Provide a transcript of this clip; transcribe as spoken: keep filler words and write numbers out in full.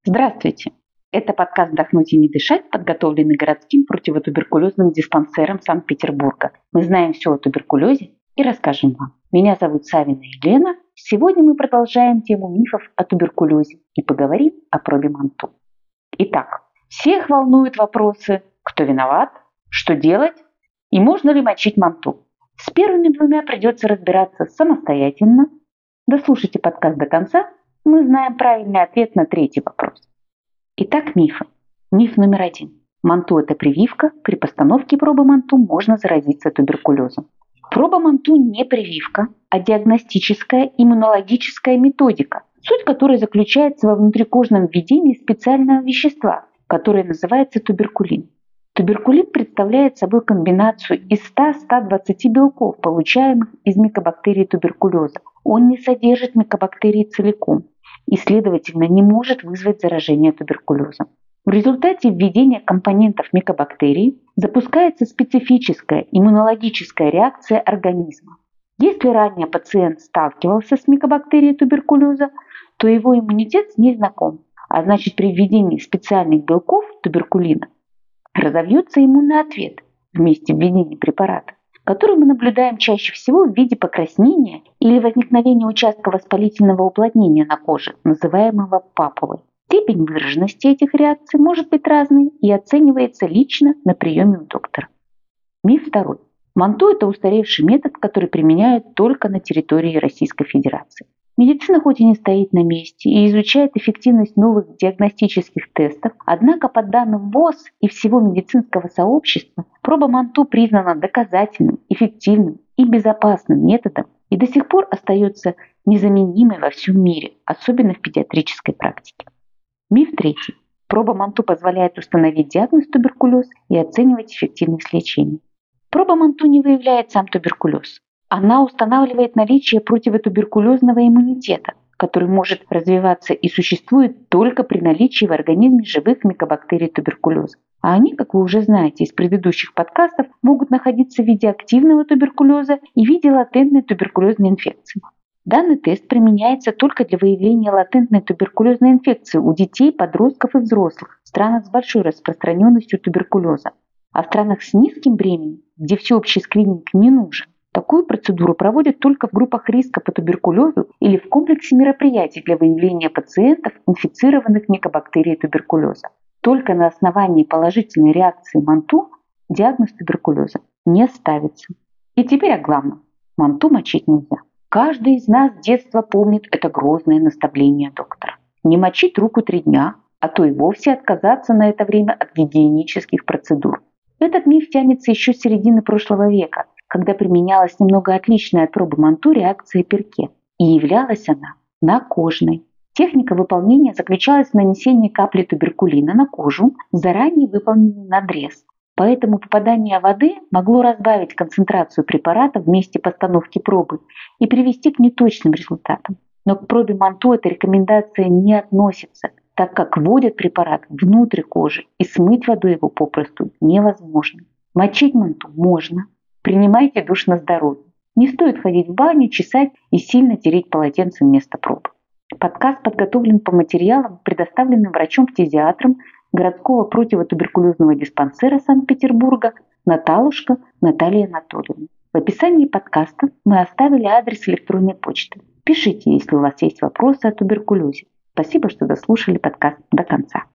Здравствуйте! Это подкаст «Вдохнуть и не дышать», подготовленный городским противотуберкулезным диспансером Санкт-Петербурга. Мы знаем все о туберкулезе и расскажем вам. Меня зовут Савина Елена. Сегодня мы продолжаем тему мифов о туберкулезе и поговорим о пробе МАНТО. Итак, всех волнуют вопросы: кто виноват, что делать и можно ли мочить МАНТО. С первыми двумя придется разбираться самостоятельно. Дослушайте подкаст до конца. Мы знаем правильный ответ на третий вопрос. Итак, мифы. Миф номер один. МАНТО – это прививка. При постановке пробы МАНТО можно заразиться туберкулезом. Проба МАНТО не прививка, а диагностическая иммунологическая методика, суть которой заключается во внутрикожном введении специального вещества, которое называется туберкулин. Туберкулин представляет собой комбинацию из ста - ста двадцати белков, получаемых из микобактерий туберкулеза. Он не содержит микобактерии целиком и, следовательно, не может вызвать заражение туберкулезом. В результате введения компонентов микобактерий запускается специфическая иммунологическая реакция организма. Если ранее пациент сталкивался с микобактерией туберкулеза, то его иммунитет с ней знаком, а значит, при введении специальных белков туберкулина разовьется иммунный ответ в месте введения препарата, который мы наблюдаем чаще всего в виде покраснения или возникновения участка воспалительного уплотнения на коже, называемого папулой. Степень выраженности этих реакций может быть разной и оценивается лично на приеме у доктора. Миф второй. МАНТО – это устаревший метод, который применяют только на территории Российской Федерации. Медицина хоть и не стоит на месте и изучает эффективность новых диагностических тестов, однако по данным ВОЗ и всего медицинского сообщества, проба МАНТО признана доказательным, эффективным и безопасным методом и до сих пор остается незаменимой во всем мире, особенно в педиатрической практике. Миф третий. Проба МАНТО позволяет установить диагноз туберкулез и оценивать эффективность лечения. Проба МАНТО не выявляет сам туберкулез. Она устанавливает наличие противотуберкулезного иммунитета, который может развиваться и существует только при наличии в организме живых микобактерий туберкулеза. А они, как вы уже знаете из предыдущих подкастов, могут находиться в виде активного туберкулеза и в виде латентной туберкулезной инфекции. Данный тест применяется только для выявления латентной туберкулезной инфекции у детей, подростков и взрослых в странах с большой распространенностью туберкулеза. А в странах с низким бременем, где всеобщий скрининг не нужен, такую процедуру проводят только в группах риска по туберкулезу или в комплексе мероприятий для выявления пациентов, инфицированных микобактерией туберкулеза. Только на основании положительной реакции МАНТО диагноз туберкулеза не ставится. И теперь о главном. МАНТО мочить нельзя. Каждый из нас с детства помнит это грозное наставление доктора. Не мочить руку три дня, а то и вовсе отказаться на это время от гигиенических процедур. Этот миф тянется еще с середины прошлого века, когда применялась немного отличная от пробы МАНТО реакция Перке, и являлась она накожной. Техника выполнения заключалась в нанесении капли туберкулина на кожу, заранее выполненный надрез. Поэтому попадание воды могло разбавить концентрацию препарата в месте постановки пробы и привести к неточным результатам. Но к пробе МАНТО эта рекомендация не относится, так как вводят препарат внутрь кожи и смыть водой его попросту невозможно. Мочить МАНТО можно. Принимайте душ на здоровье. Не стоит ходить в баню, чесать и сильно тереть полотенцем вместо пробы. Подкаст подготовлен по материалам, предоставленным врачом-фтизиатром городского противотуберкулезного диспансера Санкт-Петербурга Наталушко Натальей Анатольевной. В описании подкаста мы оставили адрес электронной почты. Пишите, если у вас есть вопросы о туберкулезе. Спасибо, что дослушали подкаст до конца.